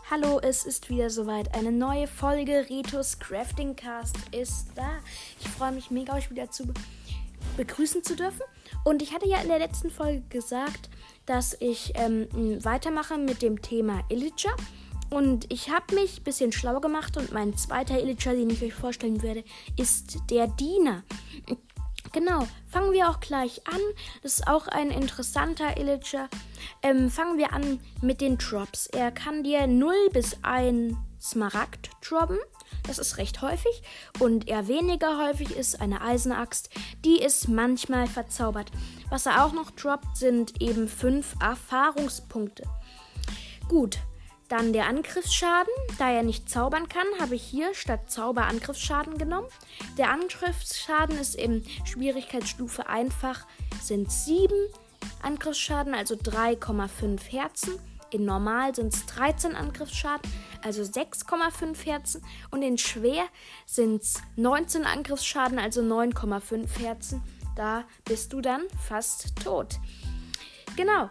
Hallo, es ist wieder soweit. Eine neue Folge Ritos Crafting Cast ist da. Ich freue mich mega, euch wieder begrüßen zu dürfen. Und ich hatte ja in der letzten Folge gesagt, dass ich weitermache mit dem Thema Illager. Und ich habe mich ein bisschen schlau gemacht und mein zweiter Illager, den ich euch vorstellen werde, ist der Diener. Genau, fangen wir auch gleich an. Das ist auch ein interessanter Illager. Fangen wir an mit den Drops. Er kann dir 0 bis 1 Smaragd droppen. Das ist recht häufig. Und eher weniger häufig ist eine Eisenaxt. Die ist manchmal verzaubert. Was er auch noch droppt, sind eben 5 Erfahrungspunkte. Gut. Dann der Angriffsschaden. Da er nicht zaubern kann, habe ich hier statt Zauber Angriffsschaden genommen. Der Angriffsschaden ist in Schwierigkeitsstufe einfach, sind 7 Angriffsschaden, also 3,5 Herzen. In Normal sind es 13 Angriffsschaden, also 6,5 Herzen. Und in Schwer sind es 19 Angriffsschaden, also 9,5 Herzen. Da bist du dann fast tot. Genau.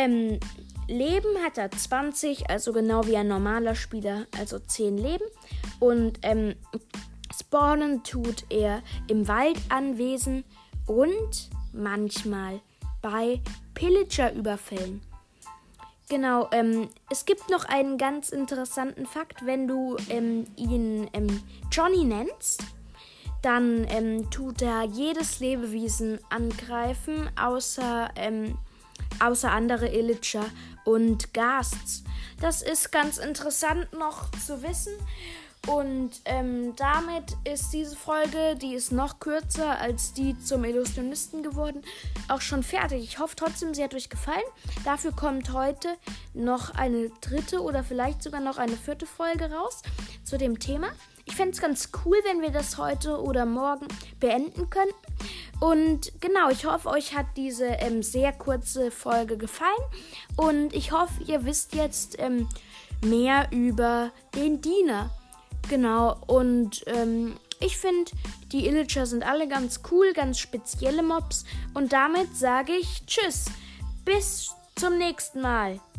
Leben hat er 20, also genau wie ein normaler Spieler, also 10 Leben. Und spawnen tut er im Waldanwesen und manchmal bei Pillager-Überfällen. Genau, es gibt noch einen ganz interessanten Fakt, wenn du ihn Johnny nennst, dann tut er jedes Lebewesen angreifen, außer andere Illager und Ghasts. Das ist ganz interessant noch zu wissen. Und damit ist diese Folge, die ist noch kürzer als die zum Illusionisten geworden, auch schon fertig. Ich hoffe trotzdem, sie hat euch gefallen. Dafür kommt heute noch eine 3. oder vielleicht sogar noch eine 4. Folge raus zu dem Thema. Ich fände es ganz cool, wenn wir das heute oder morgen beenden könnten. Und genau, ich hoffe, euch hat diese sehr kurze Folge gefallen. Und ich hoffe, ihr wisst jetzt mehr über den Diener. Genau, und ich finde, die Illager sind alle ganz cool, ganz spezielle Mobs. Und damit sage ich Tschüss, bis zum nächsten Mal.